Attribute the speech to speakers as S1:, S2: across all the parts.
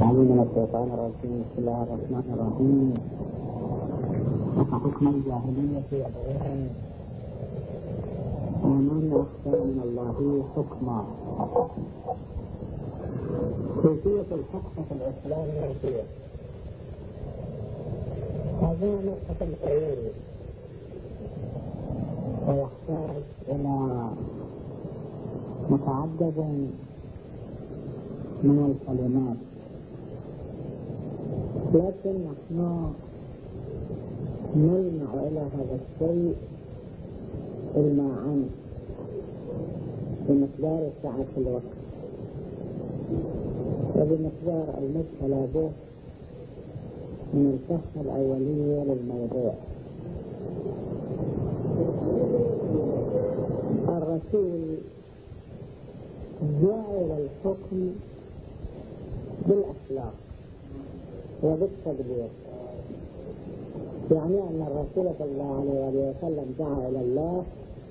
S1: العليم من الشيطان الرجيم. بسم الله الرحمن الرحيم. وحكم الجاهلية أبوين ومن أحسن من الله حكما. كيفية الحكم في الإسلام كيفية هذا نقطة طويلة ويحتاج إلى متعدد من الكلمات، لكن نحن نلمع إلى هذا الشيء الماعا بمقدار سعة الوقت وبمقدار المبتلى به من الفهم الأولية للموضوع. الرسول جعل الحكم بالأخلاق وبالتدبير، يعني أن الرسول صلى الله عليه وسلم دعا إلى الله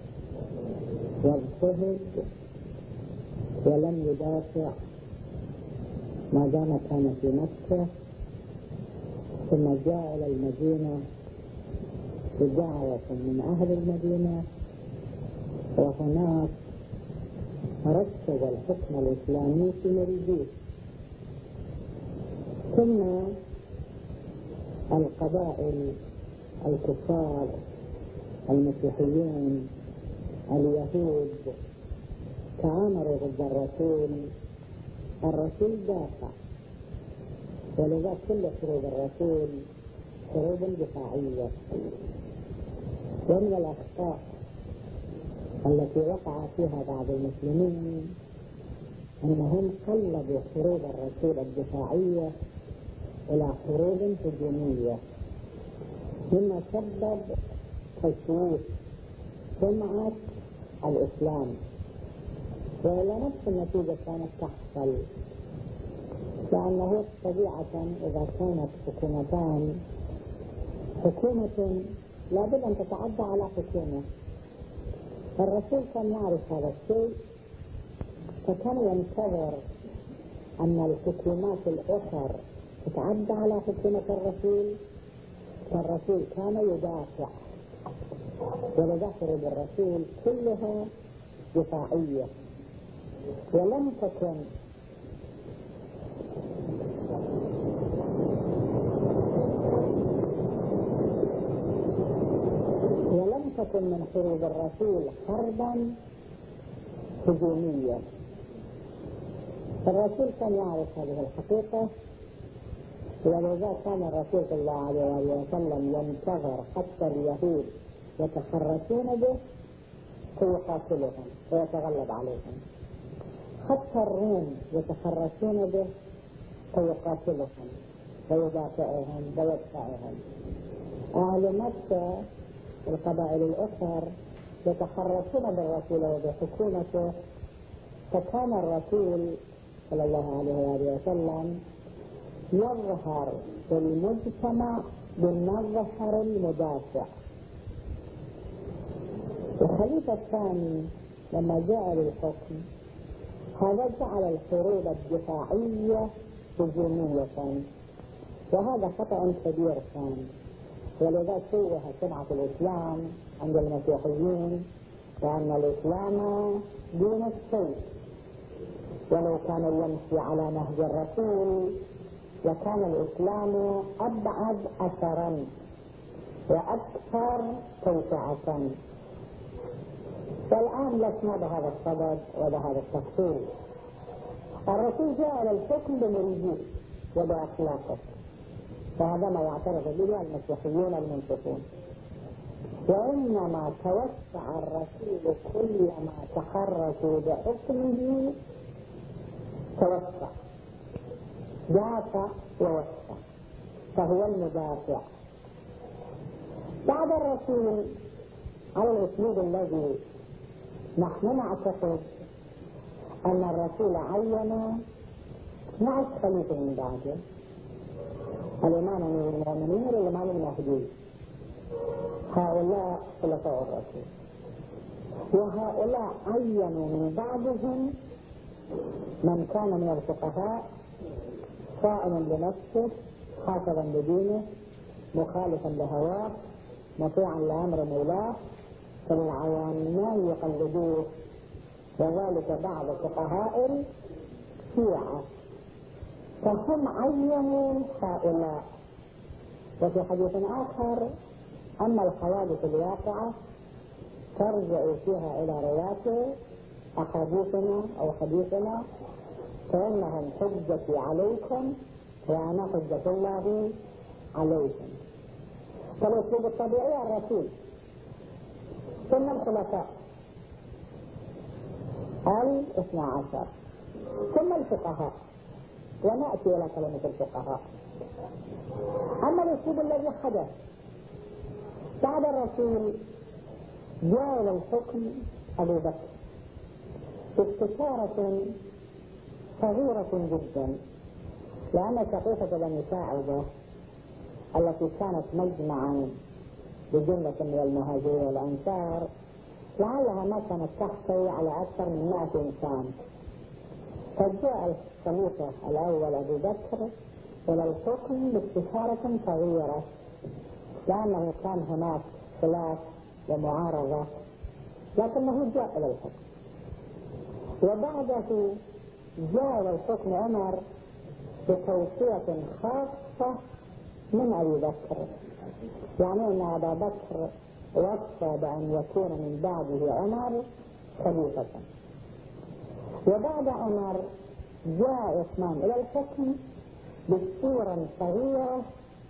S1: واجتهد ولم يدافع ما دام كان في مكة، ثم جاء إلى المدينة بدعوة من أهل المدينة، وهناك ركز الحكم الإسلامي في مريديه. ثم القبائل الكفار المسيحيين اليهود تآمروا ضد الرسول دافع، ولذا كل حروب الرسول حروب دفاعية. ومن الأخطاء التي وقع فيها بعض المسلمين أنهم قلبوا حروب الرسول الدفاعية إلى حروب هجومية، مما سبب تشويش سمعة الإسلام، وإلى نفس النتيجة كانت تحصل، لأنه طبيعة إذا كانت حكومة لابد أن تتعدى على حكومة. الرسول كان يعرف هذا الشيء، فكان ينتظر أن الحكومات الأخرى تتعدى على حكومة الرسول، فالرسول كان يدافع، ولذا حروب الرسول كلها دفاعية. ولم تكن من حروب الرسول حربا هجومية. الرسول كان يعرف هذه الحقيقة، ولذا كان الرسول صلى الله عليه وسلم ينتظر حتى اليهود يتحركون به فيقاتلهم ويتغلب عليهم، حتى الروم يتحركون به فيقاتلهم ويدافعهم ويدفعهم. أهل مكة القبائل الأخرى يتحركون بالرسول وبحكومته، فكان الرسول صلى الله عليه وسلم يظهر في المجتمع بالمظهر المدافع. الخليفة الثاني لما جاء للحكم هذا جعل الحروب الدفاعية هجومية، وهذا خطأ كبير كان، ولذا شوه سمعة الإسلام عند المسيحيين، لأن الإسلام دين السيف، ولو كان يمشي على نهج الرسول لكان الإسلام أبعد أثرا وأكثر توسعة. والآن لسنا بهذا الصدد وبهذا التفصيل. الرسول جاء إلى الحكم بمريديه وبأخلاقه، فهذا ما يعترف به المسيحيون المنصفون. وإنما توسع الرسول كلما تحركوا بحكمه توسع، دافع ووسع، فهو المدافع. بعد الرسول على الأسلوب الذي نحن نعتقد أن الرسول عين 12 خليفة من بعده: الإمام المؤمنين والإمام المهدي، هؤلاء خلفاء الرسول، وهؤلاء عينوا من بعدهم من كان من الفقهاء صائما لنفسه، حافظا لدينه، مخالفا لهواه، مطيعا لأمر مولاه، فالعوام ما يقلدوه، وذلك بعض فقهاء الشيعة، فهم عينوا هؤلاء. وفي حديث آخر أما الحوادث الواقعة ترجع فيها إلى رواة أحاديثنا أو حديثنا، فإنهم حجتي عليكم وأنا حجة الله عليكم. فالأسلوب الطبيعي الرسول، ثم الخلفاء 12، ثم الفقهاء، ونأتي إلى كلمة الفقهاء. أما الأسلوب الذي حدث بعد الرسول، جاء إلى الحكم أبو بكر باستشارة صغيرة جدا، لأن سقيفة بني ساعدة التي كانت مجمعا بجملة من المهاجرين والأنصار لعلها ما كانت تحتوي على أكثر من 100 إنسان، فجاء الخليفة الأول أبو بكر إلى الحكم باستشارة صغيرة، لأنه كان هناك خلاف ومعارضة، لكنه جاء إلى الحكم. وبعده جاء إلى الحكم عمر بتوصية خاصة من أبي بكر، يعني أن أبا بكر وصى بأن يكون من بعده عمر خليفة. وبعد عمر جاء عثمان إلى الحكم بصورة صغيرة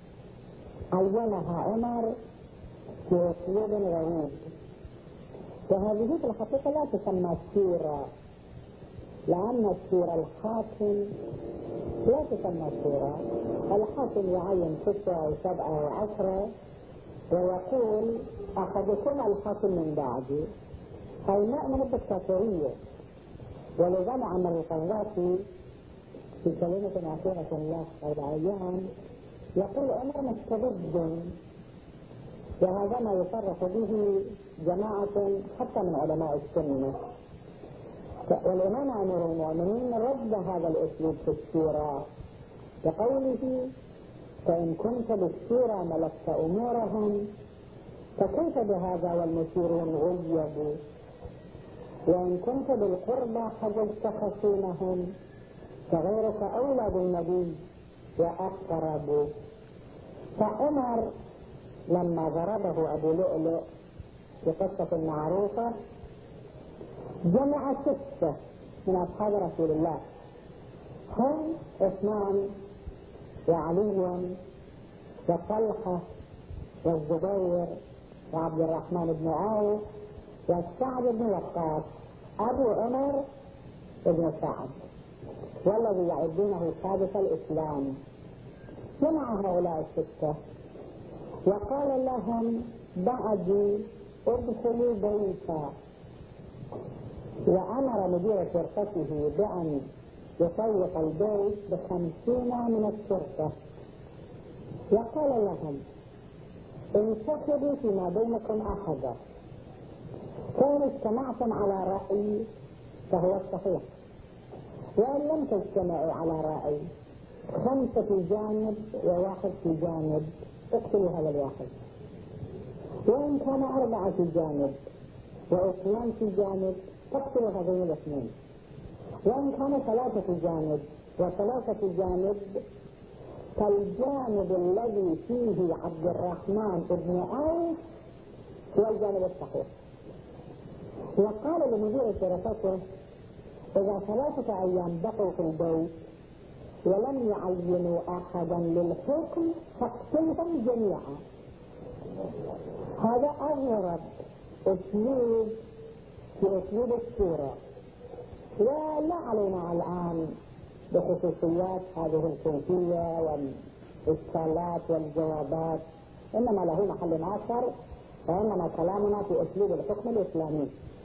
S1: عينها عمر في أسلوب غريب، وهذه في الحقيقة لا تسمى سيرة، لأن السيرة الحاكم لا تسمى سيرة. الحاكم يعين 6 أو 7 أو 10 ويقول أخذكم الحاكم من بعدي، هذا نوع من الدكتاتورية. ولذا عمر القذافي في كلمة أخيرة له قبل أيام يقول عمر مستبد، وهذا ما يصرح به جماعة حتى من علماء السنة. والإمام أمير المؤمنين رد هذا الأسلوب في الشورى بقوله: فإن كنت بالشورى ملكت أمورهم فكيف بهذا والمشيرون غيبوا، وإن كنت بالقربى حجزت خصومهم فغيرك أولى بالنبي وأقرب. فعمر لما ضربه أبو لؤلؤ في قصة معروفة جمع 6 من أصحاب رسول الله، هم عثمان وعلي وطلحة والزبير وعبد الرحمن بن عوف وسعد بن وقاص أبو عمر بن سعد، والذي يعدونه سادس الإسلام. جمع هؤلاء 6 وقال لهم: بعدي ادخلوا بيتا، وأمر مدير شرطته بأن يطلق البيت ب50 من الشرطة، وقال لهم: انتخبوا فيما بينكم أحدا، فإن اجتمعتم على رأي فهو الصحيح، وإن لم تجتمعوا على رأي 5 في جانب و1 في جانب اقتلوا هذا الواحد، وإن كان 4 في جانب و2 في جانب تقتلوا هذين الاثنين، وإن كان 3 في جانب و3 في جانب فالجانب الذي فيه عبد الرحمن بن عوف هو الجانب الصحيح. وقال لمدير شرطته: إذا 3 أيام بقوا في البيت ولم يعينوا أحدا للحكم فاقتلهم جميعا. هذا أغرب أسلوب في أسلوب الشورى، ولا علينا الآن بخصوصيات هذه الكيفية والإشكالات والجوابات، إنما له محل آخر، وإنما كلامنا في أسلوب الحكم الإسلامي.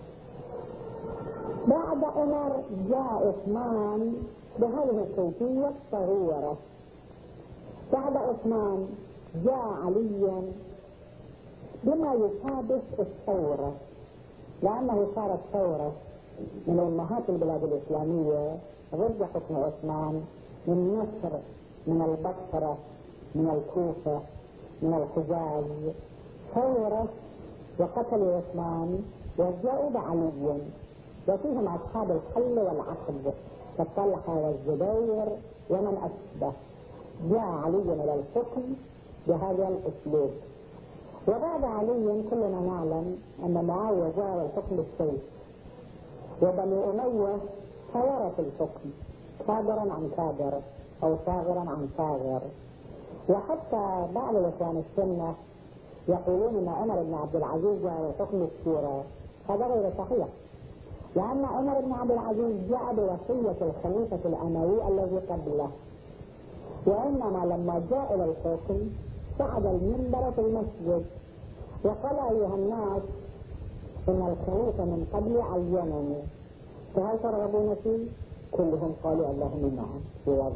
S1: بعد عمر جاء عثمان بهذه الكيفية الصغيرة. بعد عثمان جاء علي بما يشابه الثورة، لأنه صارت ثورة من أمهات البلاد الإسلامية ضد حكم عثمان، من مصر، من البصرة، من الكوفة، من الحجاز ثورة وقتلوا عثمان وجاءوا بعلي، وفيهم أصحاب الحل والعقد كالطلحة والزبير ومن أشبه. جاء علي إلى الحكم بهذا الأسلوب. وبعد علي كلنا نعلم أن معاوية جاء الحكم بالسيف، وبنو أمية ثور في الحكم كابرا عن كابر أو صاغرا عن صاغر. وحتى بعض الإخوان السنة يقولون أن عمر بن عبد العزيز جاء الحكم بالشورى. هذا غير صحيح، لأن عمر بن عبد العزيز جاء بوصية الخليفة الأموي الذي قبله، وإنما لما جاء إلى الحكم صعد المنبر في المسجد وقال: أيها الناس، إن الخليفة من قبل عينني، فهل ترغبون فيه؟ كلهم قالوا: اللهم نعم. بواضح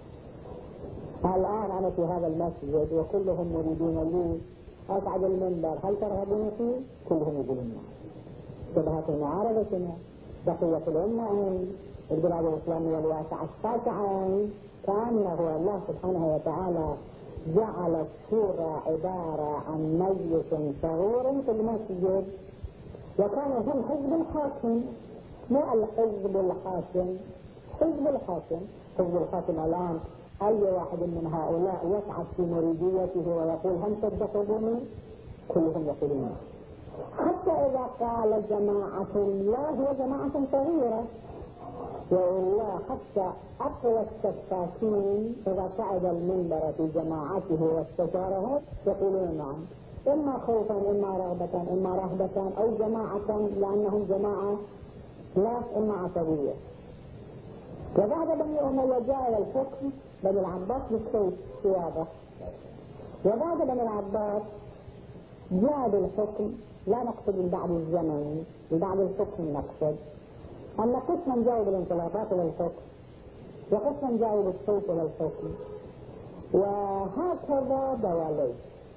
S1: الآن أنا في هذا المسجد وكلهم مريدون لي، أصعد المنبر، هل ترغبون فيه؟ كلهم يقولون نعم. شبهات المعارضة بقية الأمة البلاد الإسلامية الواسعة الشاسعة كأنه الله سبحانه وتعالى جعل الشورى عبارة عن مجلس صغير في المسجد، وكان هم حزب الحاكم، مو الحزب الحاكم، حزب الحاكم. حزب الحاكم الآن أي واحد من هؤلاء يسعد في مريديته ويقول: هم صدقوا بني، كلهم يقولون. حتى إذا قال جماعة لا، هو جماعة صغيرة، وإلا حتى أقوى السفاكين إذا صعد المنبر في جماعته واستشارهم يقولون نعم، إما خوفا إما رغبة إما رهبة، أو جماعة لأنهم جماعة لا، إما عصبية. وبعد بني أمية جاء إلى الحكم بني العباس بالسيف سيادة. وبعد بني العباس جاء بالحكم، لا نقصد من بعد الزمن، من بعد الحكم نقصد أن قسما جاءوا بالانقلابات إلى الحكم وقسما جاءوا بالسيف إلى الحكم، وهكذا دوالي.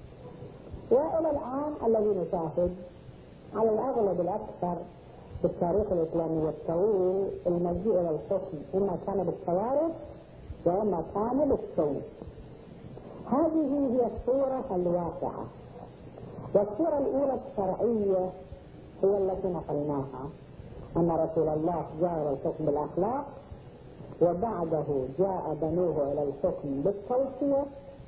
S1: وإلى الآن الذي نشاهد على الأغلب الأكثر في التاريخ الإسلامي الطويل المجيء إلى الحكم إما كان بالتوارث وإما كان بالسيف. هذه هي الصورة الواقعة. والصورة الأولى الشرعية هي التي نقلناها، أن رسول الله جاء إلى الحكم بالأخلاق، وبعده جاء بنوه إلى الحكم بالتوصية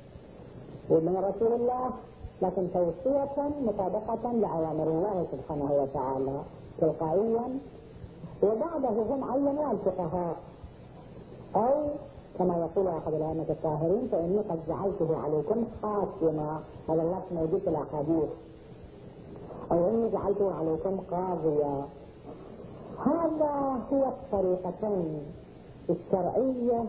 S1: ومن رسول الله، لكن توصية مطابقة لأوامر الله سبحانه وتعالى تلقائيا. وبعده هم عينوا الفقهاء، أو كما يقول أحد الأئمة الطاهرين: فإني قد جعلته عليكم حاكما، هذا اللفظ موجود في الأحاديث، أو إني جعلته عليكم قاضيا. هذا هو الطريقتين الشرعية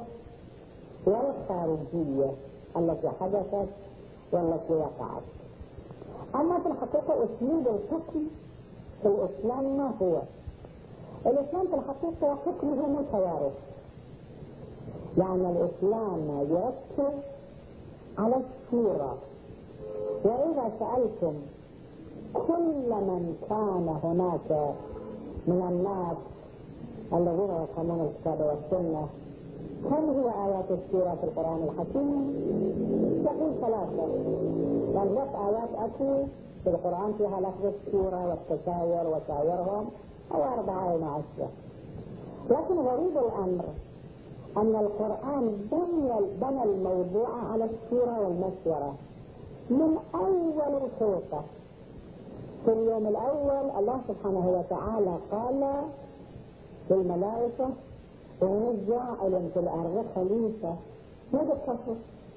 S1: والخارجية التي حدثت والتي وقعت. أما في الحقيقة أسلوب الحكم في الإسلام ما هو؟ الإسلام في الحقيقة حكمه متوارث، يعني الإسلام يركز على الشورى. وإذا سألتم كل من كان هناك من الناس الذين يفهمون الكتاب والسنة كم هي آيات الشورى في القرآن الحكيم؟ يقول 3، لأن 3 آيات أتوا في القرآن فيها لفظ الشورى والتشاور وشاورهم، أو 4 أو 10. لكن غريب الأمر أن القرآن بنى الموضوع على الشورى والمشورة من أول الخلقة. في اليوم الأول الله سبحانه وتعالى قال للملائكة: إني جاعل في الأرض خليفة. ماذا التصف؟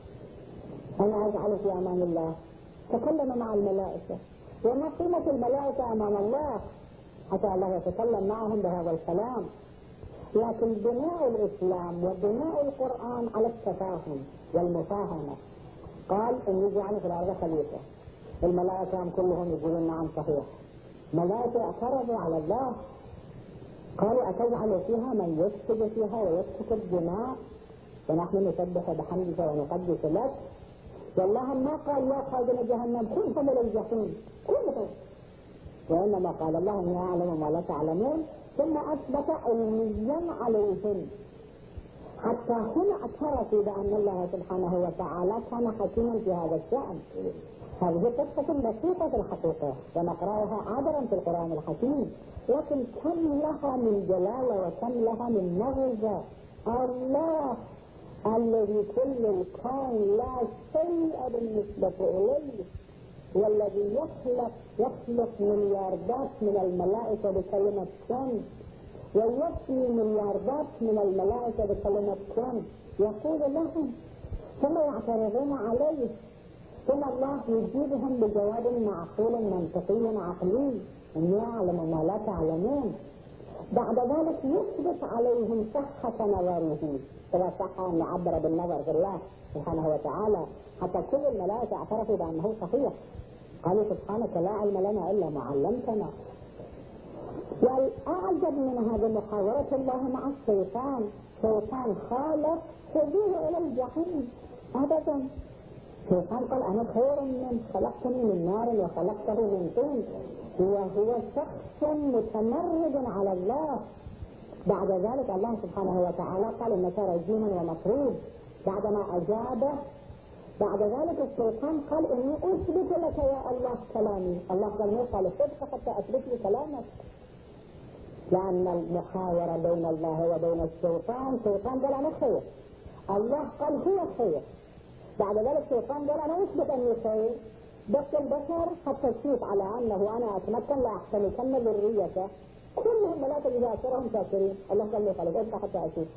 S1: أنا أجعل في أمان الله. تكلم مع الملائكة، وما قيمة الملائكة أمام الله حتى الله يتكلم معهم بهذا الكلام؟ لكن بناء الإسلام وبناء القرآن على التفاهم والمفاهمة. قال: إني جاعل في الأرض خليفة. الملائكة هم كلهم يقولون نعم صحيح. ملائكة اعترضوا على الله، قالوا: أتجعل فيها من يفسد فيها ويسفك الدماء ونحن نسبح بحمدك ونقدس لك؟ والله ما قال: يا خازن جهنم كنتم إلى الجحيم كلهم، وإنما قال الله: إني أعلم ما لا تعلمون، ثم أثبت علميا عليهم. حتى هنا اعترفوا بأن الله سبحانه وتعالى كان حكيما في هذا الشأن. هذه قصة بسيطة في الحقيقة ونقرأها عابرا في القرآن الحكيم، لكن كم لها من جلالة وكم لها من مغزى. الله الذي كل الكون لا شيء بالنسبة إليه، والذي يخلق ملياردات من الملائكة بكلمة كن، ويفني ملياردات من الملائكة بكلمة كن، يقول لهم ثم يعترضون عليه، ثم الله يجيبهم بجواب معقول منطقي عقلي، أن يعلم ما لا تعلمون. بعد ذلك يثبت عليهم صحة نظره، إذا صح أن يعبر بالنظر في الله سبحانه وتعالى، حتى كل الملائكة اعترفوا بأنه صحيح، قالوا سبحانك لا علم لنا إلا ما علمتنا. والأعجب من هذه محاورة الله مع الشيطان، شيطان خالق خذوه إلى الجحيم. أبدا، شيطان قال أنا خير من خلقتني من نار وخلقته من طين، وهو شخص متمرد على الله. بعد ذلك الله سبحانه وتعالى قال إنك رجيم ومطرود بعدما أجابه. بعد ذلك الشيطان قال إني أثبت لك يا الله كلامي. الله قال موسى لصدق حتى أثبت لي كلامك، لأن المحاورة بين الله وبين الشيطان، شيطان قال أنا خير، الله قال هو خير. بعد ذلك الشيطان قال أنا أثبت أني خير، بس البشر حتى تشوف على أنه أنا أتمكن لأحسنكن ذريته، كلهم ملائكة إذا أشرهم كافرين. الله قال لي خلق أنت حتى أشوف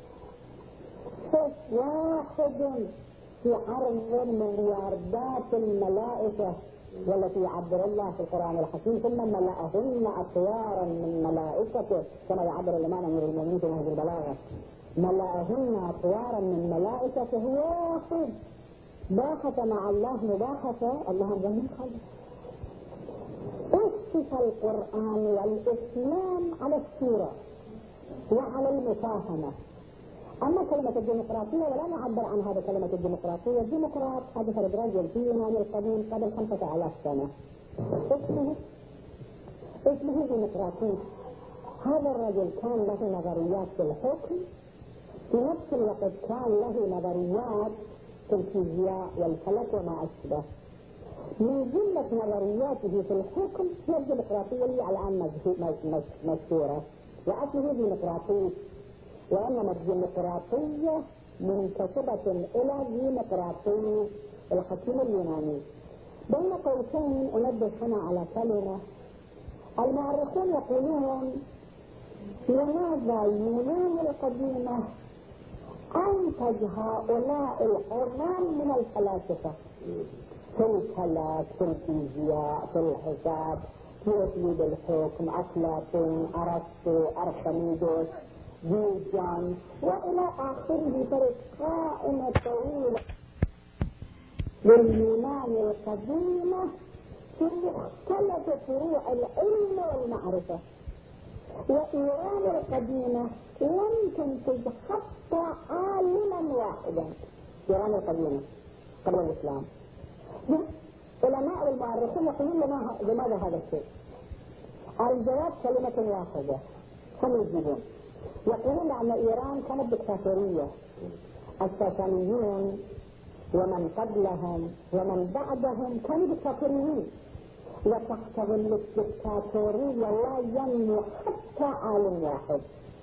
S1: واحد في عرض ملياردات الملائكة والتي يعبر الله في القرآن الحكيم ثم ملأهن أطوارا من ملائكته، كما يعبر الإمام أمير المؤمنين في نهج البلاغة، ملأهن أطوارا من ملائكته واحد باحث مع الله مباحثة. الله من خلق. أسس القرآن والإسلام على الصورة وعلى المفاهمة. أما كلمة الديمقراطية ولا نعبر عن هذا كلمة الديمقراطية. الديمقراط هذا فرد رجل في يونان القديم قبل 5000 سنة اسمه ديمقراطي. هذا الرجل كان له نظريات في الحكم، في نفس الوقت كان له نظريات في الفيزياء والفلك وما أشبه. من جملة نظرياته في الحكم هي الديمقراطية اللي الآن مشهورة، وأصله ديمقراطي، وإنما الديمقراطية منتسبة إلى ديمقراطي الحكيم اليوناني. بين قوسين أنبه هنا على كلمة. المؤرخون يقولون لماذا اليونان القديمة أنتج هؤلاء العظام من الفلاسفة في الفلك، في الفيزياء، في الحساب، في أسلوب الحكم، أفلاطون، أرسطو، أرخميدس، ديوجان وإلى آخره. فرق قائمة طويلة لليونان القديمة في مختلف فروع العلم والمعرفة. وإيران القديمة لم تنتج حتى عالما واحدا. إيران القديمة قبل الإسلام. علماء المؤرخين يقولون لماذا هذا الشيء؟ الجواب كلمة واحدة، هم يجيبون. يقولون أن إيران كانت دكتاتورية، الساسانيون ومن قبلهم ومن بعدهم كانوا دكتاتوريين، وتحت ظل الدكتاتورية لا ينمو حتى عالم واحد.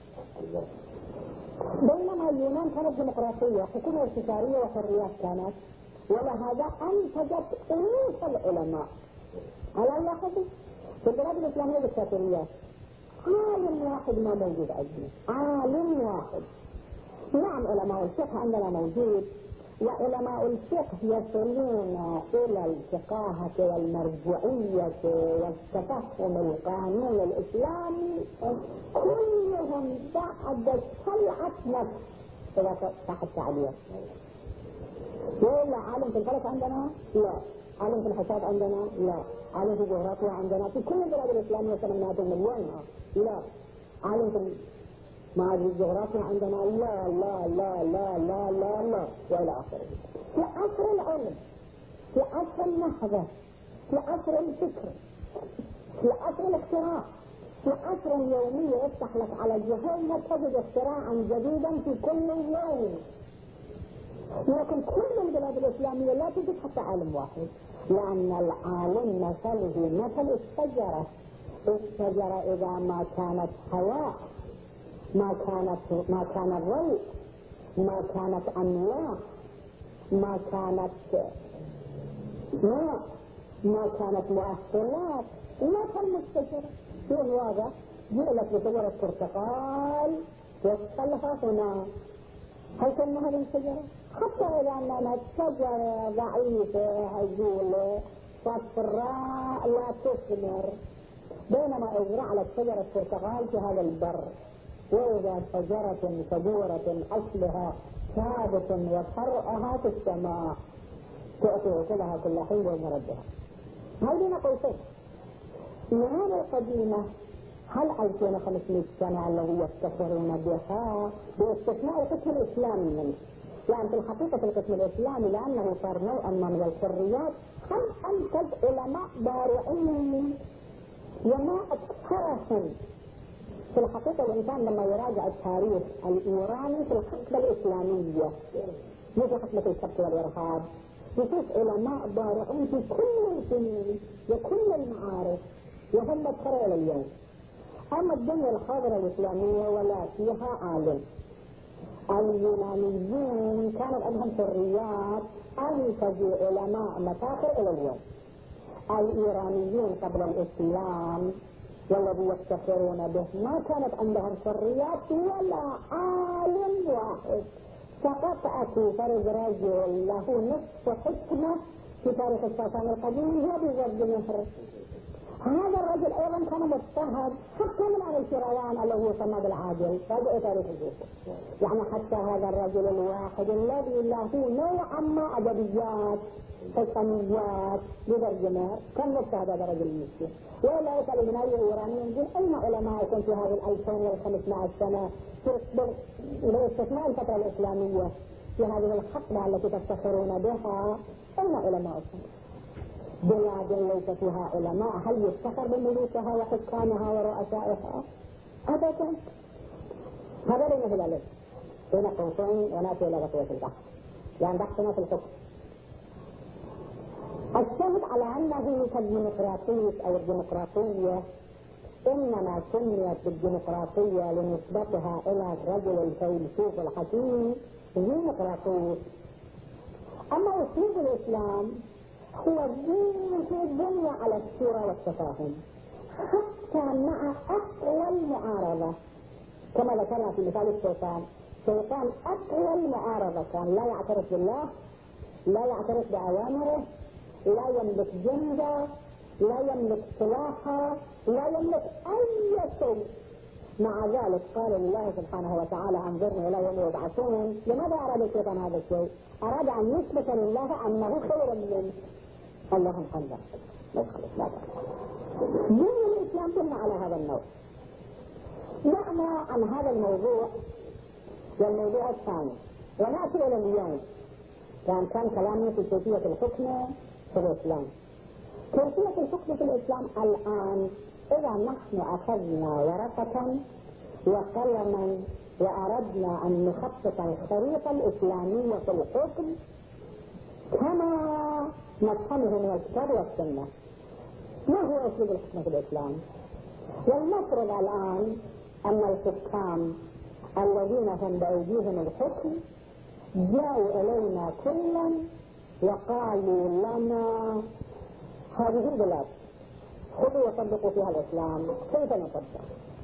S1: بينما اليونان كانت ديمقراطية، حكومة استشارية وحريات كانت، ولهذا أنتجت ألوف العلماء. على لاحظوا في البلاد الإسلامية دكتاتوريات، عالم واحد ما موجود عندنا، عالم واحد. نعم علماء الفقه عندنا موجود، وعلماء الفقه يصلون إلى الفقاهة والمرجعية والتفهم القانون الإسلامي كلهم بعد طلعة نفس إذا صح التعبير. ولا عالم في الفلك عندنا؟ لا. عالم في الحساب عندنا؟ لا. عالم في الجغرافيا عندنا؟ في كل البلاد الإسلامية 800 مليون؟ لا. عالم في معهد الجغرافيا عندنا؟ لا لا لا لا لا لا لا، وإلى آخره. في عصر العلم، في عصر النهضة، في عصر الفكر، في عصر الاختراع، في عصر يومية يفتح لك على جهنم تجد اختراعا جديدا في كل يوم. لكن كل البلاد الإسلامية لا تجد حتى عالم واحد، لأن العالم مثله مثل الشجرة. الشجرة إذا ما كانت هواء، ما كان الريق، ما كانت أملاح، ما كانت ماء، ما كانت مؤثرات، لا تنمو الشجرة. شيء واضح، جعلت بشجرة برتقال وصلها هنا، هل تنمو هذه الشجرة؟ حتى إذا كانت شجرة ضعيفة هزولة صفراء لا تثمر، بينما ازرع لك شجرة برتقال في هذا البر، وإذا شجرة كبيرة أصلها ثابت وفرعها في السماء تأتي وكلها كل حين ومردها. هذه قوسين. النهار القديمة هل 2500 سنة الذي يفتخرون بها باستثناء القسم الإسلامي منه، لأن في الحقيقة القسم الإسلامي لأنه صار نوعا من الحريات هل أنتج علماء بارعين وما أكثرهم. في الحقيقة الإنسان لما يراجع التاريخ الإيراني في الحقبة الإسلامية مثل حقبة السبت والإرهاب يشوف علماء بارعين في كل الفنون وكل المعارف وهم مذكرة إلى اليوم. أما الدنيا الحاضرة الإسلامية ولا فيها عالم. اليونانيين كانت عندهم حريات أنتجوا علماء مفاخر إلى اليوم. الإيرانيين قبل الإسلام والذي يفتخرون به ما كانت عندهم حريات ولا عالم واحد. فقط أتي فرد رجل له نصف حكمة في تاريخ السلطان القديم هو بزرد مصر. هذا الرجل أيضا كان مضطهد حتى من أهل الشيروان الذي يسمى بالعادل. هذا تاريخ الجوف. يعني حتى هذا الرجل الواحد الذي له نوعا ما أدبيات تقنيات بترجمة كان مضطهد هذا الرجل المسكين. ولا يسأل البناء الإيراني يقول أين علماءكم في هذه 2500 سنة إلى استثناء الفترة الإسلامية في هذه الحقبة التي تفتخرون بها؟ أين علماءكم؟ بلاد ليس فيها علماء هل يفتخر بملوكها وحكامها ورؤسائها؟ أبدا. هذا ليس ذلك. بين قوسين ونأتي إلى بقية البحث، يعني بحثنا في الحكم. الشهد على أنه كالديمقراطية أو الديمقراطية إنما سميت بالديمقراطية لنسبتها إلى الرجل الفيلسوف الحكيم ديمقراطية. أما أسلوب الإسلام هو الدين في الدنيا على الشورى والتفاهم حتى مع أقوى المعارضة، كما ذكرنا في مثال الشيطان. الشيطان أقوى المعارضة كان لا يعترف بالله، لا يعترف بأوامره، لا يملك جندا، لا يملك سلاحا، لا يملك أي شيء. مع ذلك قال الله سبحانه وتعالى انظرني إلى يوم يبعثون. لماذا أراد الشيطان هذا الشيء؟ أراد أن يثبت لله أنه خير منه. اللهم قدر دين الإسلام بنى على هذا النوع. دعنا عن هذا الموضوع والموضوع الثاني ونأتي إلى اليوم. كان كلامي في كيفية الحكم في الإسلام. كيفية الحكم في الإسلام الآن إذا نحن أخذنا ورقة وقلما وأردنا أن نخطط الخريطة الإسلامية في الحكم كما نفهمه من الكتاب والسنة، ما هو أسلوب الحكم في الإسلام؟ والمفروض الآن أن الحكام الذين هم بأيديهم الحكم جاءوا إلينا كلا وقالوا لنا هذه البلاد خذوا وطبقوا فيها الإسلام. كيف نطبق؟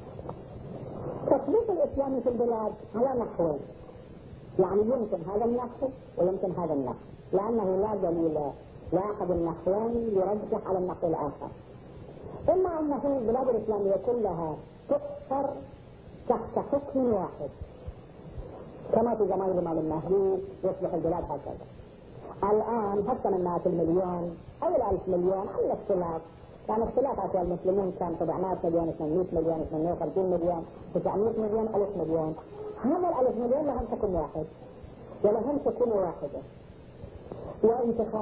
S1: تطبيق الإسلام في البلاد على نحوين، يعني يمكن هذا النحو ويمكن هذا النحو، لأنه لا دليل لأحد النحوين يرجح على النحو الآخر. إما أنه البلاد الإسلامية كلها تحصر تحت حكم واحد كما في زمان الإمام المهدي يصبح البلاد هكذا. الآن حتى من 100 مليون أو 1000 مليون على اختلاف، يعني اختلافات المسلمين كان 700 مليون 800 مليون 850 مليون 900 مليون 1000 مليون. هذا 1000 مليون لهم حكم واحد ولهم حكومة واحدة،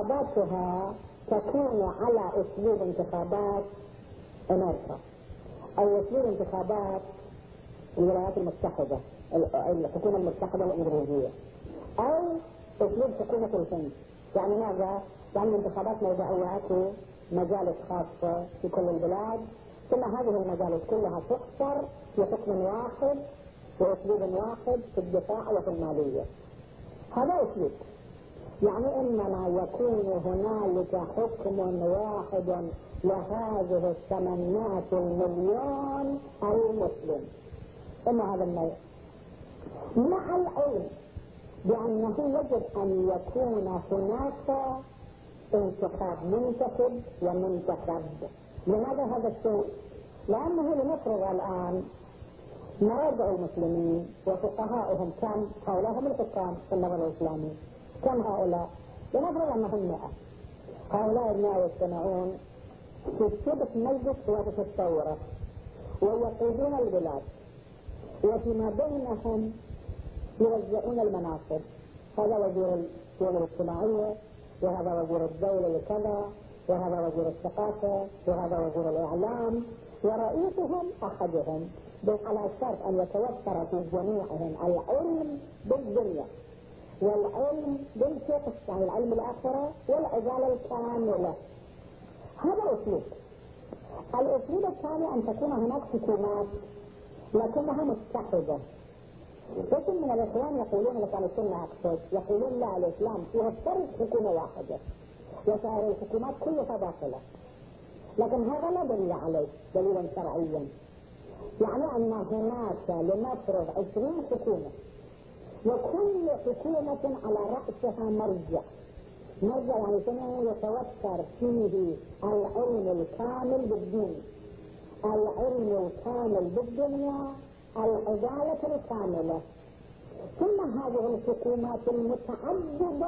S1: وانتخاباتها تكون على أسلوب انتخابات أمريكا. أو أسلوب انتخابات الولايات المتحدة، الحكومة المتحدة الإنجليزية، أو أسلوب حكومة الهند. يعني ماذا؟ يعني انتخابات موضوعية في مجالس خاصة في كل البلاد، ثم هذه المجالس كلها تحصر في حكم واحد وأسلوب واحد في الدفاع وفي المالية. هذا أسلوب، يعني إنما يكون هنالك حكم واحد لهذه 800 مليون المسلم. إما هذا النوع، مع العلم بأنه يجب أن يكون هناك انتخاب منتخب ومنتخب. لماذا هذا الشيء؟ لأنه لنفرض الآن مراجع المسلمين وفقهاؤهم كم؟ هؤلاء هم الحكام في النظام الإسلامي. كم هؤلاء؟ لنفرض أنهم 100. هؤلاء 100 يجتمعون في شبه مجلس قيادة الثورة ويقودون البلاد، وفيما بينهم يوزعون المناصب. هذا وزير الشؤون الاجتماعية، وهذا وزير الدولة لكذا، وهذا وزير الثقافة، وهذا وزير الإعلام، ورئيسهم أحدهم، على شرط أن يتوفر في جميعهم العلم بالدنيا والعلم بالفقه، يعني العلم الآخرة، والعدالة الكاملة. هذا أسلوب. الأسلوب الثاني أن تكون هناك حكومات لكنها متحدة. قسم من الإخوان يقولون لكان السنة أقصد، يقولون لا، الإسلام يفترض حكومة واحدة وسائر الحكومات كلها باطلة. لكن هذا لا دليل عليه دليلا شرعيا. يعني أن هناك لنفرض 20 حكومة، وكل حكومة على رأسها مرجع يعني شنو؟ يتوفر فيه العلم الكامل بالدين، العلم الكامل بالدنيا، العدالة الكاملة. ثم هذه الحكومات المتعددة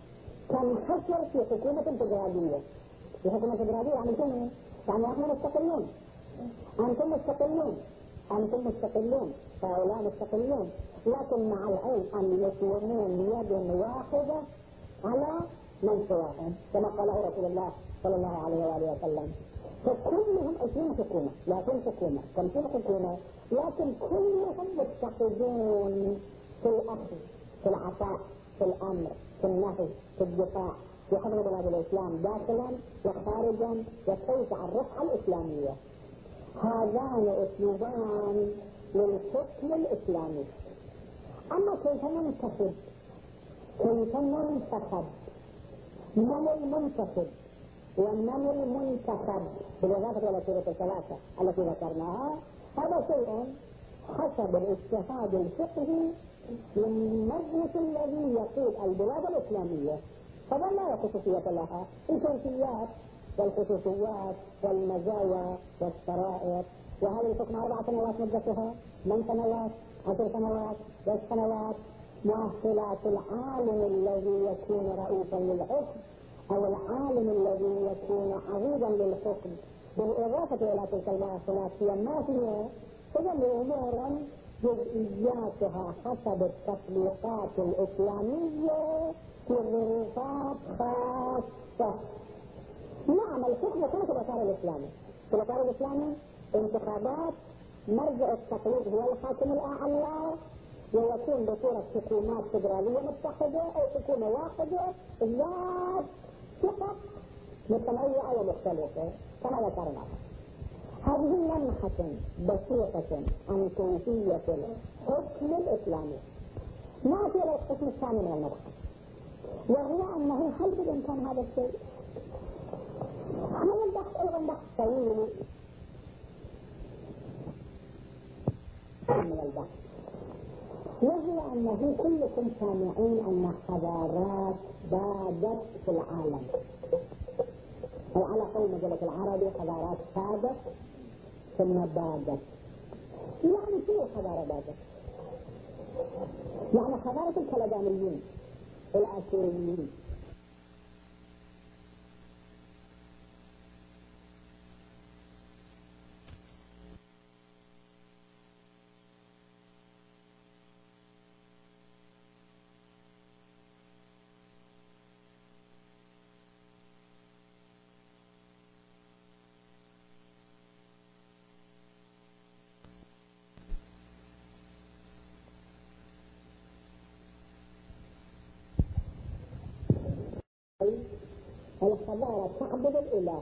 S1: تنحصر في حكومة فدرالية. في حكومة فدرالية يعني شنو؟ يعني احنا مستقلون، أنتم مستقلون، هؤلاء مستقلون، لكن مع العلم أن يكونون يد واحدة على من سواهم، كما قاله رسول الله صلى الله عليه وآله وسلم. فكلهم 20 حكومة، لكن حكومة 50 حكومة، لكن كلهم متحدون في الأخذ، في العطاء، في الأمر، في النهي، في الدفاع، في حفظ بلاد الإسلام داخلا وخارجا، وتوسع الرفعة الإسلامية. هذان أسلوبان للحكم الإسلامي. أما كيف ننتخب؟ كيف ننتخب؟ من المنتخب ومن المنتخب بالإضافة إلى الشروط الثلاثة التي ذكرناها؟ هذا شيء حسب الاجتهاد الفقهي للمجلس الذي يقود البلاد الإسلامية. هذا لا خصوصية لها، الكيفيات والخصوصيات والمزايا والشرائط. وهذه الحكم 4 سنوات مدتها، من سنوات، 10 سنوات، 10 سنوات، مؤهلات العالم الذي يكون رئيسا للحكم أو العالم الذي يكون عضيدا للحكم، بالإضافة إلى تلك المؤهلات هي ما هي؟ تظل أمورا جزئياتها حسب التطبيقات الإسلامية في ظروفات خاصة. نعم، الحكم يكون في الإطار الإسلامي. في الإطار الإسلامي انتخابات، مرجع التقليد هو الحاكم الأعلى، ويكون بصورة حكومات فدرالية متحدة أو حكومة واحدة ذات فقط متنوعة ومختلفة كما ذكرنا. هذه لمحة بسيطة عن كيفية الحكم الإسلامي. نأتي إلى القسم الثاني من المبحث، وهو أنه هل بالإمكان هذا الشيء؟ هذا البحث أيضا بحث طويل من البحث، وهو أنه كلكم سامعين أن حضارات بادت في العالم، وعلى قول مجلة العربي حضارات سادت ثم بادت. يعني شو حضارة بادت؟ يعني حضارة الكلدانيين الآشوريين، الحضارة تعبد الإله.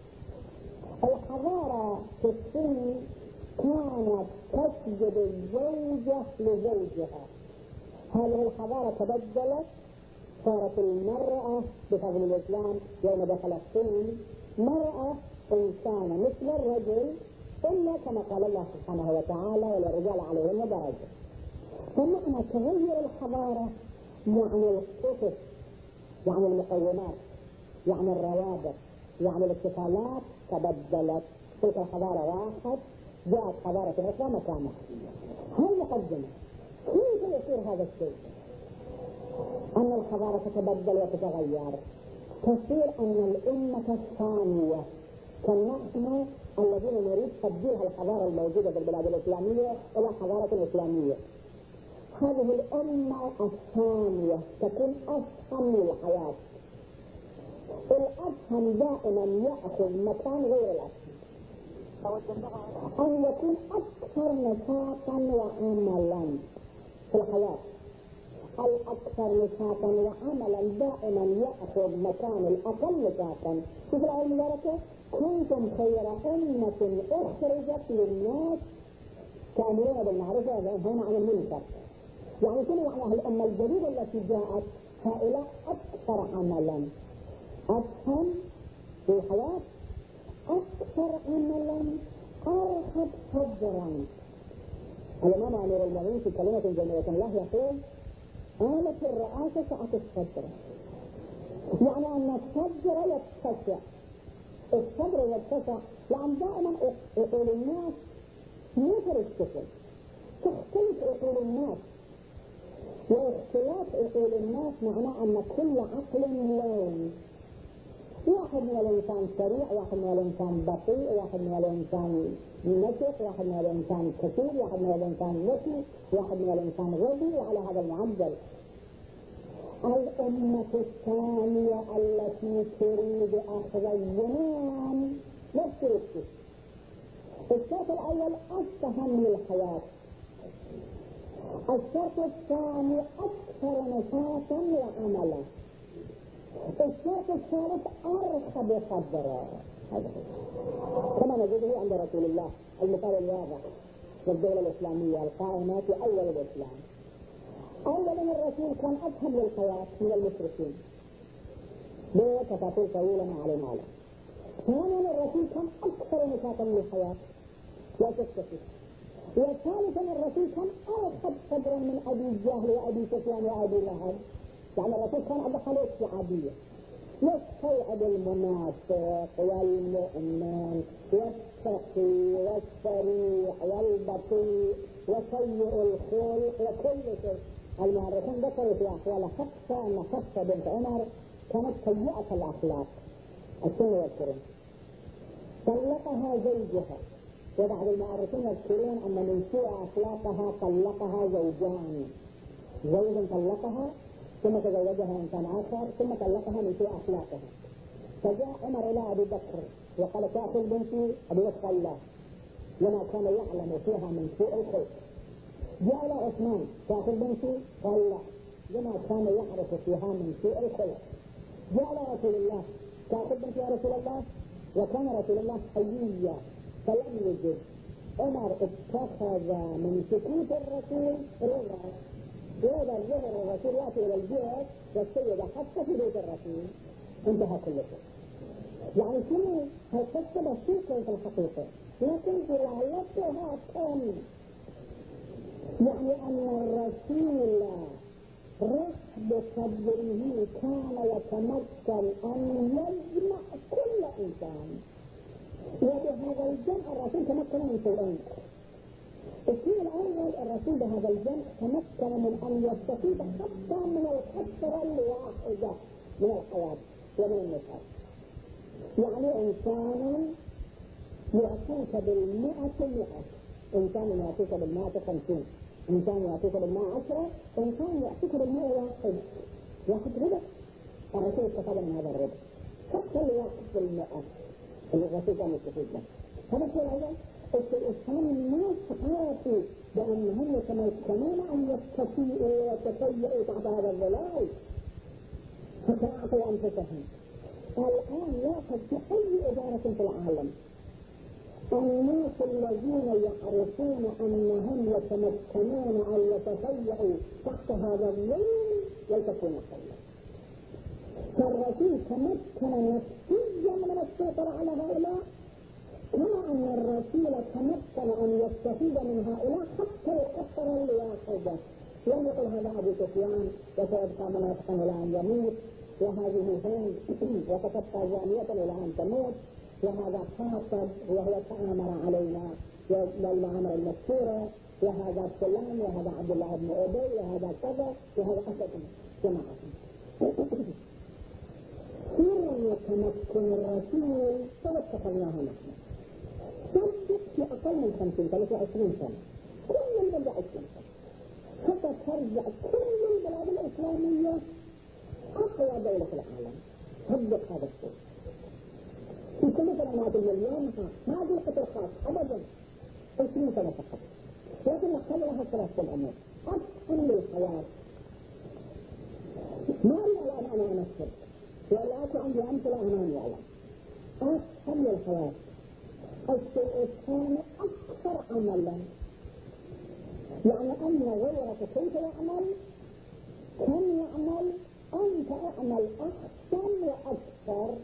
S1: الحضارة في الصين كانت تسجد الزوجة لزوجها. هذه الحضارة تبدلت، صارت المرأة بفضل الإسلام يوم دخل الصين مرأة إنسانة مثل الرجل، إلا كما قال الله سبحانه وتعالى وللرجال عليهن درجة. فمعنى تغير الحضارة يعني القصص، يعني المقومات، يعني الروابط، يعني الاتصالات تبدلت. تلك الحضارة واحد، جاءت حضارة أخرى مكانها. هل مقدمة كيف يصير هذا الشيء؟ أن الحضارة تتبدل وتتغير، تصير أن الأمة الثانية كنحن الذين نريد تبديل الحضارة الموجودة في البلاد الإسلامية إلى حضارة إسلامية. هذه الأمة الثانية تكون أفهم للحياة. الأفهم دائما يأخذ مكان غير الأفهم، أن يكون أكثر نشاطا وعملا في الحياة. الأكثر نشاطا وعملا دائما يأخذ مكان الأقل نشاطا. شوف الآية المباركة: كنتم خير أمة أخرجت للناس تأمرون بالمعروف وتنهون عن المنكر. يعني شنو يعني الأمة الجديدة التي جاءت؟ هؤلاء أكثر عملا، أفهم في الحياة، أكثر عملا، أرخب صدرا. الإمام أمير المؤمنين في كلمة جميلة له يقول: آلة الرئاسة سعة الصدر. يعني أن الصدر يتسع، الصدر يتسع، يعني دائما عقول الناس مثل الشكل، تختلف عقول الناس، واختلاف عقول الناس معناه أن كل عقل لون. واحد من الإنسان سريع، واحد من الإنسان بطيء، واحد من الإنسان نشط، واحد من الإنسان كثير، واحد من الإنسان ذكي، واحد من الإنسان غبي، وعلى هذا المعدل. الأمة الثانية التي تريد أخذ الزمان نفس الشيء. الشرط الأول أفهم للحياة، الشرط الثاني أكثر نشاطا وعملا، الشرط الثالث أرخب صدرا. كما نجده عند رسول الله المثال الواضح للدولة الإسلامية القائمة في أول الإسلام. أولا الرسول كان أفهم للحياة من المشركين بتفاصيل طويلة ما علينا عليه. ثانيا الرسول كان أكثر نشاطا للحياة لا شك فيه. وثالثا الرسول كان أرخب صدرا من أبي جهل وأبي سفيان وأبي لهب. يعني الرسول كان عنده حالة عادية، يستوعب المنافق والمؤمن والتقي والسريع والبطيء وسيء الخلق وكل شيء. المؤرخين ذكروا في أحوال حفصة أن حفصة بنت عمر كانت سيئة الأخلاق، السنة يذكرون، طلقها زوجها. وبعض المؤرخين يذكرون أن من سوء أخلاقها طلقها زوجان، زوج طلقها ثم تزوجها إنسان آخر ثم طلقها من سوء أخلاقها. فجاء عمر إلى أبي بكر وقال: تأخذ بنتي؟ أبي بكر قال: لا، لما كان يعلم فيها من سوء الخلق. جاء إلى عثمان: تأخذ بنتي؟ قال: لا، لما كان يعرف فيها من سوء الخلق. جاء إلى رسول الله: تأخذ بنتي يا رسول الله؟ وكان رسول الله حييا فلم يجد. عمر اتخذ من سكوت الرسول رضا. وإذا ظهر الرسول يأتي إلى البيت والسيدة حتى في بيت الرسول انتهى كل شيء. يعني شنو هالقصة بسيطة في الحقيقة، لكن دلالتها كم يعني أن الرسول رحب صدره كان يتمكن أن يجمع كل إنسان. وبهذا الجمع الرسول تمكن من شيئين: الشيء الأول الرسول بهذا الجمع تمكن من أن يستفيد حتى من الكثرة الواحدة من الحياة ومن النشاط. يعني إنسان يعطيك بالمئة مئة، إنسان يعطيك بالمئة 50، إنسان يعطيك بالمئة 10، إنسان يعطيك بالمئة واحد ربع. الرسول استفاد من هذا الربع حتى الواحد بالمئة اللي الرسول كان يستفيد له. هذا الشيء الأول. الشيء الثاني الناس عرفوا بأنهم يتمكنون أن يستطيعوا ويتسيئوا تحت هذا الظلال، فساعدوا أنفسهم الآن لاحظ في أي إدارة في العالم الناس الذين يعرفون أنهم يتمكنون أن يتفيعوا تحت هذا الظلم يلتقون خيرا. فالرسول تمكن نفسيا من السيطرة على هؤلاء، كما أن الرسول تمكن أن يستفيد من هؤلاء حتى الأسرة الواحدة. لم يقل هذا أبو سفيان وسيبقى منافقا إلى أن يموت، وهذه هند وتبقى زانية إلى أن تموت، وهذا خاطب وهو تآمر علينا بالمعاملة المذكورة، وهذا فلان وهذا عبد الله بن أبي وهذا كذا وهذا أسد جماعة. سر يتمكن الرسول فاتخذناها نحن. صدق في أقل من 50 23 سنة كل البلاد 20 سنة حتى ترجع كل البلاد الإسلامية أقوى دولة في العالم. صدق هذا الشيء في كل سنوات المليون ما هذه القطر خاص أبدا 20 سنة فقط، لكن نحن لها ثلاثة الأمور. أسهل للحياة ما لي الآن أنا أنفسد ولا أكو عندي أمثلة أمامي الآن. أسهل للحياة الشيء الثاني أكثر عملا، يعني أن غيرك كيف يعمل كم يعمل أنت اعمل أحسن وأكثر.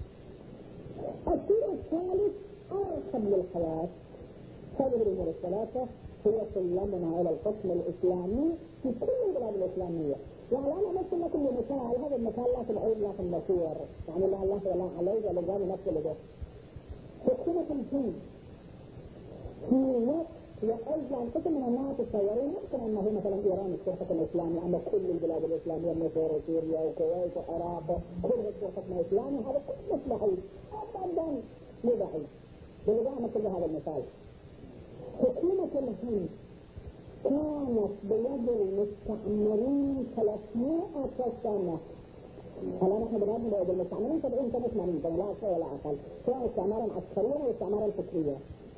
S1: الشيء الثالث أرحب للحياة. هذه الأمور الثلاثة هي سلمنا إلى الحكم الإسلامي في كل البلاد الإسلامية. يعني أنا مثل لكم مثال، هذا المثال لا تبعيد لكن مشهور، يعني لا الله ولا عليه ولا جاني نفس لده. حكومة الهند في وقت يأجل قسم من الناس التصورين يمكن أنه مثلا إيران الحكم الإسلامي، أما كل البلاد الإسلامية مصر وسوريا وكويت وعراق كل الحكم الإسلامي هذا كله بعيد أبدا مو بعيد. بالإضافة مثل هذا المثال حكومة الهند كانت بيد المستعمرين 300 سنة. هلا نحن بلادنا بيد المستعمرين 70 سنة 80 سنة لا أكثر ولا أقل، سواء استعمارا عسكريا أو استعمارا فكريا.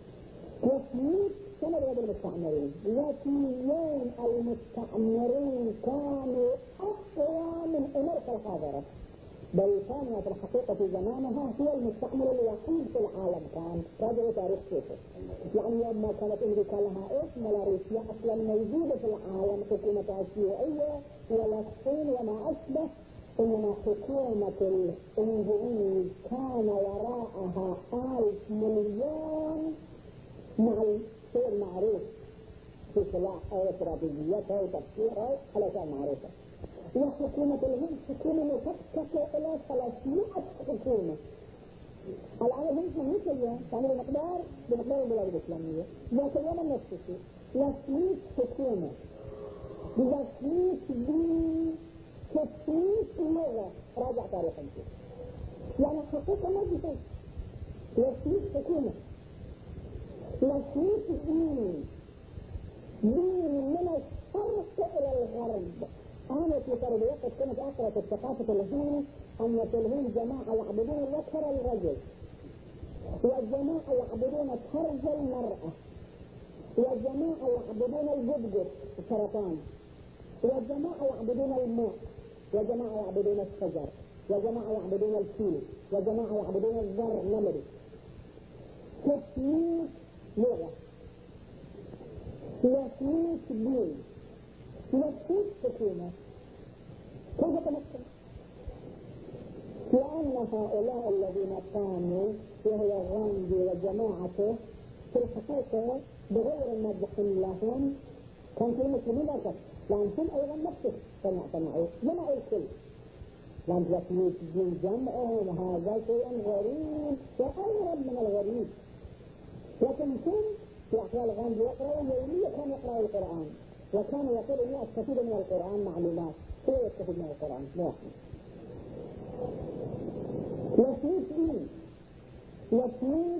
S1: 300 سنة بيد المستعمرين، لكن يوم المستعمرين كانوا أقوى من أمريكا الحاضرة. بريطانيا في الحقيقة في زمانها هي المستعمر الوحيد في العالم، كان راجعوا تاريخ كيفه. يعني يوم ما كانت أمريكا لها اسم ولا روسيا أصلا موجودة في العالم حكومة شيوعية ولا الصين وما أشبه، إنما حكومة الإنجليز كان وراءها 1000 مليون مع الشيء المعروف في سلاح أو استراتيجيتها وتفكيرها على شيء معروفة. وحكومة الهند حكومة مفككة إلى 300 حكومة. الآن الهند من اليوم يعني بمقدار البلاد الإسلامية ذات اليوم نفس الشيء 300 حكومة ب 300 دين 300 لغة. راجع تاريخ الهند يعني حقيقة ما في شيء 300 حكومة 300 دين من الشرق إلى الغرب. أنا في تربية قد كنت أقرأ في الثقافة الهند أن الهند جماعة يعبدون ذكر الرجل، والجماعة يعبدون فرج المرأة، والجماعة يعبدون الجدجد السرطان، والجماعة يعبدون الماء، وجماعة يعبدون الشجر، وجماعة يعبدون الفيل، وجماعة يعبدون الزر نمر. 300 لغة 300 دين 300 حكومة. كيف تمكن؟ لأن هؤلاء الذين قاموا وهو غاندي وجماعته في الحقيقة بغير المدح لهم كان في المسلمين أكثر، لأنهم أيضا نفسه سمعوا جمعوا الكل، لأن 300 دين جمعهم هذا شيء غريب وأغرب من الغريب. لكن كل في أحوال غاندي يقرأوا يوميا كان يقرأ القرآن، وكان يقول إني أستفيد من القرآن معلومات. هو يستفيد من القرآن واحد 300 دين 300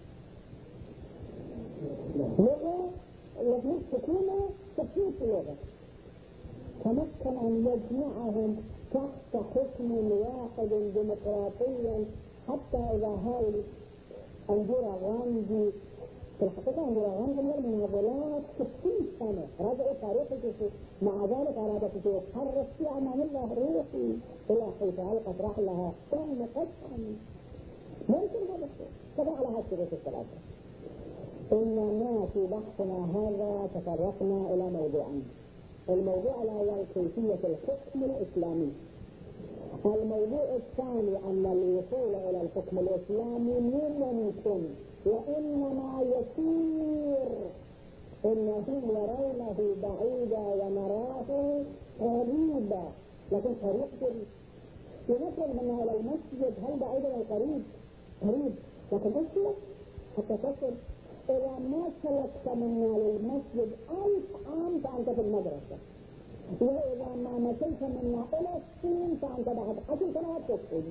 S1: لغة 300 حكومة 600 لغة. تمكن أن يجمعهم تحت حكم واحد ديمقراطي، حتى إذا هاي أندورا غاندي في الحقيقة عندنا المناضلات 60 سنة رجعوا تاريخ الجسد، مع ذلك أرادت تتحرك في أمان الله روحي إلى حيث ألقت رحلها كان قطعا. ممكن هذا الشيء طبعا على هالشروط الثلاثة. إننا في بحثنا هذا تطرقنا إلى موضوعين. الموضوع الأول كيفية الحكم الإسلامي. الموضوع الثاني أن الوصول إلى الحكم الإسلامي ممكن وإنما يسير، إنهم يرونه بعيدا ونراه قريبا، لكن طريق جريء. ينقل منا إلى المسجد هل بعيد ولا قريب؟ قريب، لكن تصل حتى تصل. إذا ما سلكت منا للمسجد 1000 عام فأنت في المدرسة، وإذا ما مشيت منا إلى الصين فأنت بعد 10 سنوات تدخل.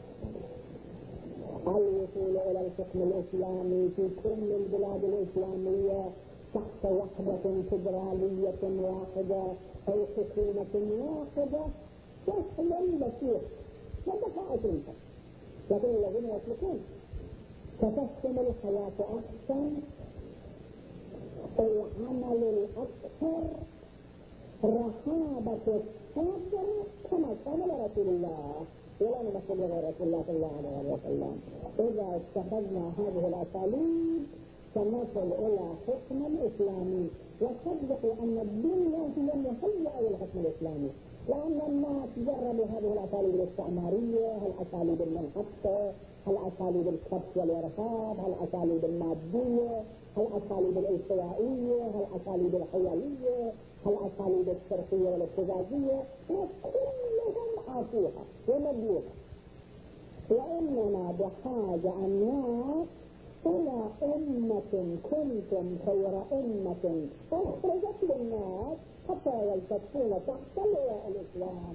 S1: الوصول إلى الحكم الإسلامي في كل البلاد الإسلامية تحت وحدة فدرالية واحدة أو حكومة واحدة سهل بسيط، لا دفع 20 سنة، لكن الذين يسلكون تتسم الحياة أحسن، العمل الأكثر، رحابة الصبر كما قال رسول الله ولا نمثل غير رسول الله صلى الله عليه وسلم. إذا اتخذنا هذه الأساليب سنصل إلى حكم الإسلامي. وصدقوا أن الدنيا هي مهيئة للحكم الإسلامي، لأن الناس جربوا هذه الأساليب الاستعمارية، الأساليب المنحطة، الأساليب الكبت والإرهاب، الأساليب المادية، الأساليب الإلتوائية، الأساليب الحيوية، الأساليب الشرقية والابتزازية، وكلهم عاصوها ومبلوها. وإننا بحاجة الناس إلى أمة كنتم خير أمة أخرجت للناس حتى يلتفون تحت لواء الإسلام.